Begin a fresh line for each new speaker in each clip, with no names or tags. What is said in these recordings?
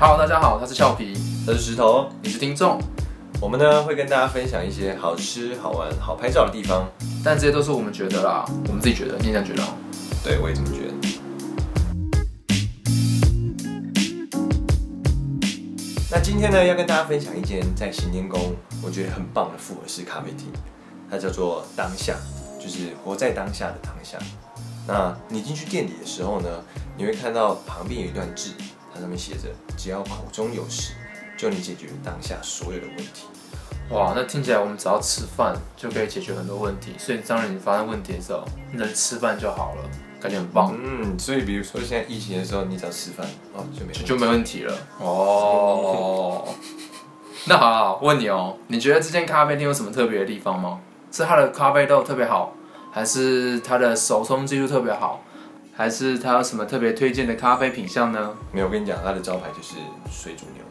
Hello， 大家好，他是俏皮，
我是石头，
你是听众。
我们呢会跟大家分享一些好吃、好玩、好拍照的地方，
但这些都是我们觉得啦，我们自己觉得，你也这样觉得啊？
对，我也这么觉得。那今天呢要跟大家分享一间在行天宫我觉得很棒的复合式咖啡厅，它叫做当下，就是活在当下的当下。那你进去店里的时候呢，你会看到旁边有一段字，它上面写着“只要口中有食，就能解决当下所有的问题”。
哇，那听起来我们只要吃饭就可以解决很多问题，所以当然你发生问题的时候，能吃饭就好了，感觉很棒。
所以比如说现在疫情的时候，你只要吃饭
就没问题了。哦，那好，问你哦，你觉得这间咖啡厅有什么特别的地方吗？是它的咖啡豆特别好，还是它的手冲技术特别好，还是它有什么特别推荐的咖啡品项呢？
没有，我跟你讲，它的招牌就是水煮牛。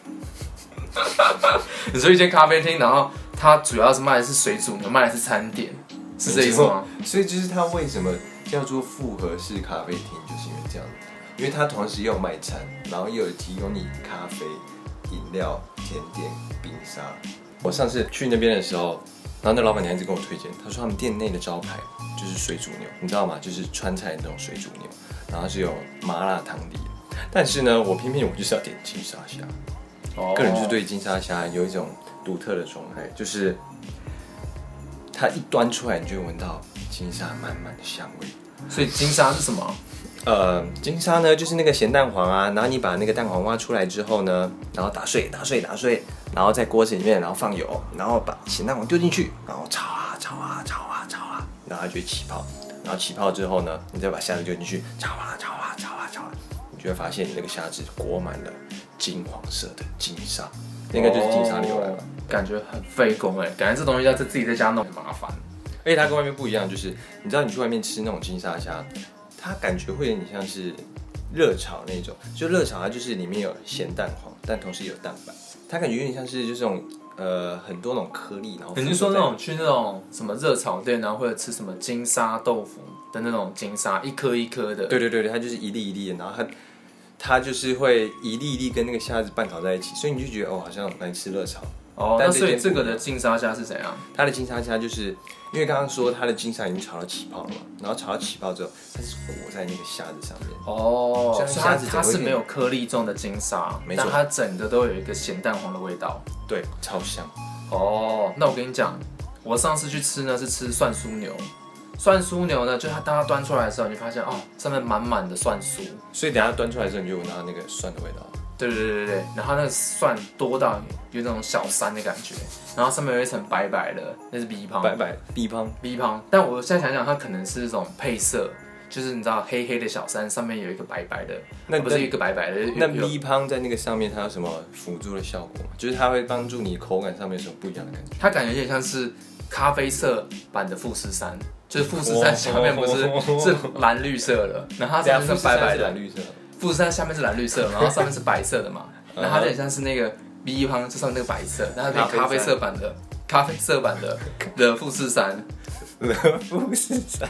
你说一间咖啡厅，然后它主要是卖的是水煮牛，卖的是餐点，是这意思吗？
所以就是它为什么叫做复合式咖啡厅，就是因为这样，因为它同时也有卖餐，然后也有提供你咖啡、饮料、甜点、冰沙。我上次去那边的时候，然后那老板娘一直跟我推荐，她说他们店内的招牌就是水煮牛，你知道吗？就是川菜那种水煮牛，然后是有麻辣汤底的。但是呢，我偏偏就是要点金沙虾。个人就是对金沙虾有一种独特的钟爱，就是它一端出来，你就会闻到金沙满满的香味。
所以金沙是什么？
金沙呢就是那个咸蛋黄啊，然后你把那个蛋黄挖出来之后呢，然后打碎，然后在锅子里面，然后放油，然后把咸蛋黄丢进去，然后炒啊，然后它就会起泡，然后起泡之后呢，你再把虾子丢进去，炒啊，你就会发现你那个虾子裹满了金黄色的金沙，那个就是金沙牛来了。
感觉很费工哎，感觉这东西要自己在家弄很麻烦。
而且它跟外面不一样，就是你知道你去外面吃那种金沙虾，它感觉会有点像是热炒那种，就热炒它就是里面有咸蛋黄，但同时有蛋白，它感觉有点像是就是这种很多那种颗粒，然后
你是说那种去那种什么热炒店，然后或者吃什么金沙豆腐的那种金沙，一颗一颗的？
对，它就是一粒一粒的，然后它就是会一粒一粒跟那个虾子拌炒在一起，所以你就觉得好像来吃热炒。
那所以这个的金沙虾是怎样？
它的金沙虾就是因为刚刚说它的金沙已经炒到起泡了嘛，然后炒到起泡之后，它是裹在那个虾子上面。
所以它是没有颗粒状的金沙，
没错，
但它整个都有一个咸蛋黄的味道。
对，超香。
那我跟你讲，我上次去吃呢是吃蒜酥牛。蒜酥牛呢，就它当它端出来的时候，你发现上面满满的蒜酥，
所以等它端出来的时候，你就闻到那个蒜的味道。
对，然后那个蒜多到有那种小山的感觉，然后上面有一层白白的，那是 B 胖，
B 胖。
但我现在想想，它可能是这种配色，就是你知道黑黑的小山上面有一个白白的，那不是一个白白的。
那 B 胖在那个上面它有什么辅助的效果吗？就是它会帮助你口感上面有什么不一样的感觉？
它感觉有点像是咖啡色版的富士山，就是富士山下面不是是蓝绿色的，然后它上面是白白的蓝绿色。富士山下面是蓝绿色，然后上面是白色的嘛，然后它有点像是那个 B 胖，就上面那个白色，然后它是咖啡色版的富士山。
富士山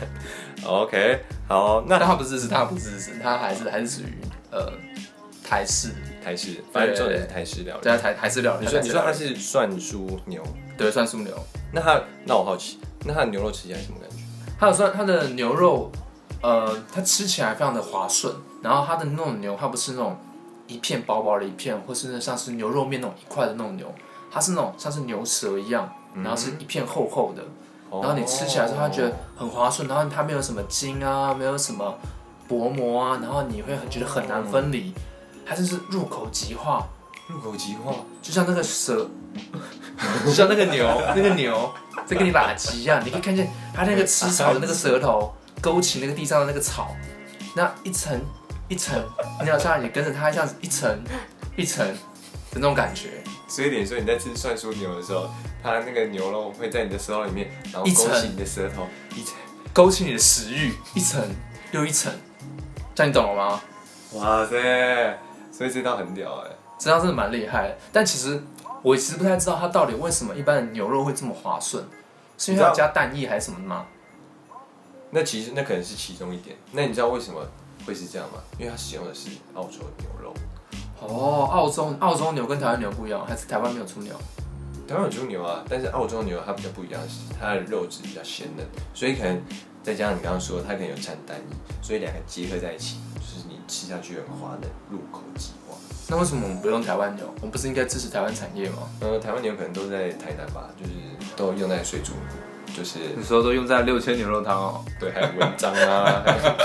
，OK， 好，那
它不是日式，它还是属于台式，
反正重点是台式料理。
对，台式料理。
你说它是蒜酥牛，
对，蒜酥牛。
那我好奇，那它的牛肉吃起来什么感觉？
它的牛肉，它吃起来非常的滑顺，然后它的那种牛，它不是那种一片薄薄的一片，或是像是牛肉面那种一块的那种牛，它是那种像是牛舌一样，然后是一片厚厚的，然后你吃起来之后，它觉得很滑顺，然后它没有什么筋啊，没有什么薄膜啊，然后你会觉得很难分离，它就是入口即化，就像那个蛇，就像那个牛在跟你拉鸡一样，你可以看见它那个吃草的那个舌头勾起那个地上的那个草，那一层一层，你好像也跟着它这样子一层一层的那种感觉。
所以你说你在吃蒜酥牛的时候，它那个牛肉会在你的舌头里面，然后勾起你的舌头，一层
勾起你的食欲，一层又一层，这样你懂了吗？
哇塞，所以这道很屌哎，
这道真的蛮厉害的。但我其实不太知道它到底为什么一般的牛肉会这么滑顺，是因为它有加蛋液还是什么的吗？
那可能是其中一点。那你知道为什么会是这样吗？因为它使用的是澳洲的牛肉。
哦，澳洲牛跟台湾牛不一样，还是台湾没有出牛？
台湾有猪牛啊，但是澳洲牛它比较不一样，它的肉质比较鲜嫩，所以可能再加上你刚刚说它可能有掺蛋液，所以两个结合在一起，就是你吃下去很滑嫩，入口即化。
那为什么我们不用台湾牛？我们不是应该支持台湾产业吗？
台湾牛可能都在台南吧，就是都用在水煮，就是
你说都用在6000牛肉汤哦。
对，还有文章啊，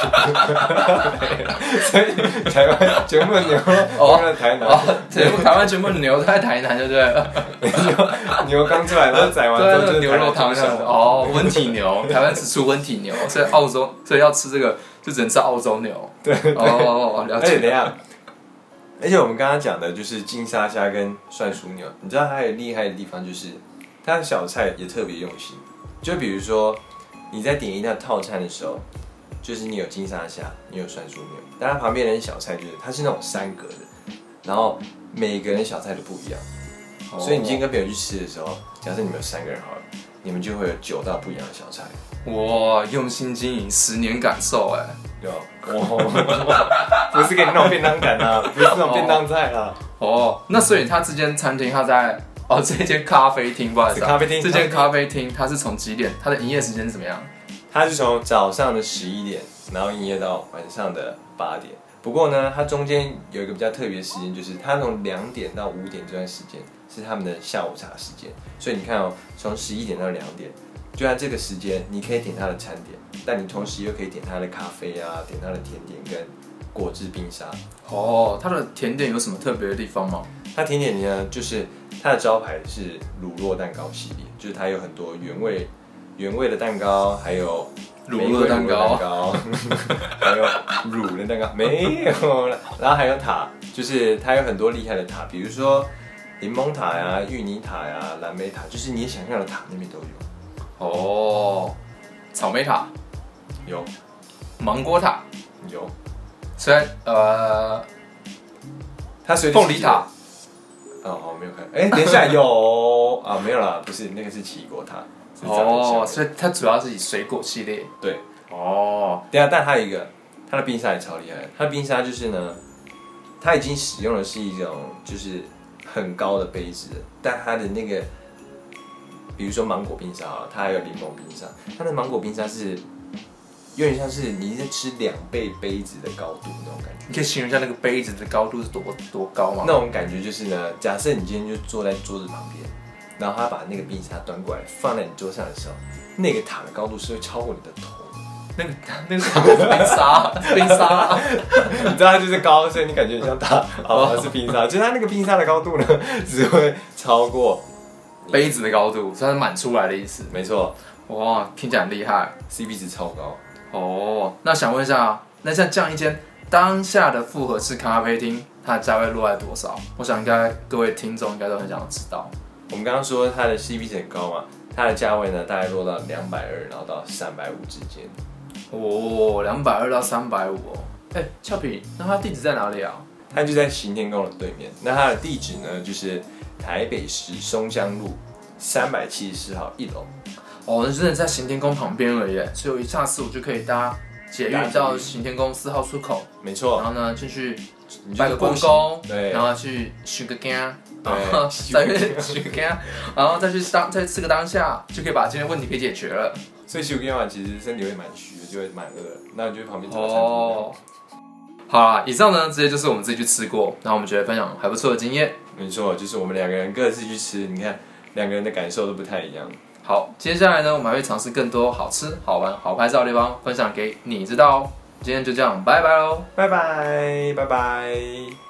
所以台湾全部牛用在台南，
台湾全部牛都在台南，对不对？
牛刚出来，然后宰完之后就是
牛肉汤这样子。哦，温体牛，台湾只出温体牛，所以要吃这个就只能吃澳洲牛。
对，
哦，了解。
而且等一下。而且我们刚刚讲的就是金沙虾跟蒜酥牛，你知道它还有厉害的地方，就是它的小菜也特别用心。就比如说你在点一道套餐的时候，就是你有金沙虾，你有蒜酥牛，但它旁边的小菜就是它是那种3格的，然后每个人小菜都不一样。所以你今天跟朋友去吃的时候，假设你们有3个人好了，你们就会有9道不一样的小菜。
哇，用心经营10年感受哎。
对哦，不是给你那种便当感啊，不是那种便当菜啊。
哦，那所以它这间餐厅它在这间咖啡厅，不好意思，
咖啡厅，
这间咖啡厅它是从几点？它的营业时间是怎么样？
它是从早上的11点，然后营业到晚上的8点。不过呢，它中间有一个比较特别的时间，就是它从2点到5点这段时间是他们的下午茶时间。所以你看哦，从11点到2点。就在这个时间，你可以点它的餐点，但你同时又可以点它的咖啡啊，点它的甜点跟果汁冰沙。
哦，它的甜点有什么特别的地方吗？
它甜点呢，就是它的招牌是乳酪蛋糕系列，就是它有很多原味的蛋糕，还有
乳酪蛋糕，
还有乳的蛋糕没有了，然后还有塔，就是它有很多厉害的塔，比如说柠檬塔呀、芋泥塔呀、蓝莓塔，就是你想象的塔那边都有。
哦，草莓塔
有，
芒果塔
有，
虽然
它随
凤梨塔。
哦，没有看。哎，等一下有啊，没有啦，不是那个是奇异果塔。
哦，所以它主要是以水果系列。
对。
哦，
等一下，但它有一个，它的冰沙也超厉害。它的冰沙就是呢，它已经使用的是一种就是很高的杯子，但它的那个。比如说芒果冰沙啊，它还有柠檬冰沙，它的芒果冰沙是有点像是你在吃2倍杯子的高度那种感觉。
你可以形容一下那个杯子的高度是多高吗？
那种感觉就是呢，假设你今天就坐在桌子旁边，然后他把那个冰沙端过来放在你桌上的时候，那个塔的高度是会超过你的头。
那个塔是冰沙，冰沙，
你知道它就是高，所以你感觉很像塔，是冰沙，就是它那个冰沙的高度呢，只会超过。
杯子的高度，所以它是满出来的意思。
没错，
哇，听起来很厉害
，CP 值超高。
哦，那想问一下，那像这样一间当下的复合式咖啡厅，它的价位落在多少？我想应该各位听众应该都很想知道。
我们刚刚说它的 CP 值很高嘛，它的价位呢大概落到220，然后到350之间。
哦，220到350哦。哎，俏皮，那它地址在哪里啊？
它就在行天宫的对面。那它的地址呢，就是台北市松江路374号1楼。
哦，那真的在行天宫旁边而已，所以我下次我就可行捷运到行天宫4号出口。
没错。
然后呢，进去拜个关公，
对，
然后去许个羹，然后再去许个羹，然后再吃个当下，就可以把今天问题给解决了。
所以许个羹完，其实身体会蛮虚的，就会蛮饿的。那你就旁边找餐厅。
哦。好啦，以上呢，这些就是我们自己去吃过，然后我们觉得分享还不错的经验。
没错，就是我们2个人各自去吃，你看2个人的感受都不太一样。
好，接下来呢，我们还会尝试更多好吃、好玩、好拍照的地方，分享给你知道哦。今天就这样，拜拜喽，
拜拜，拜拜。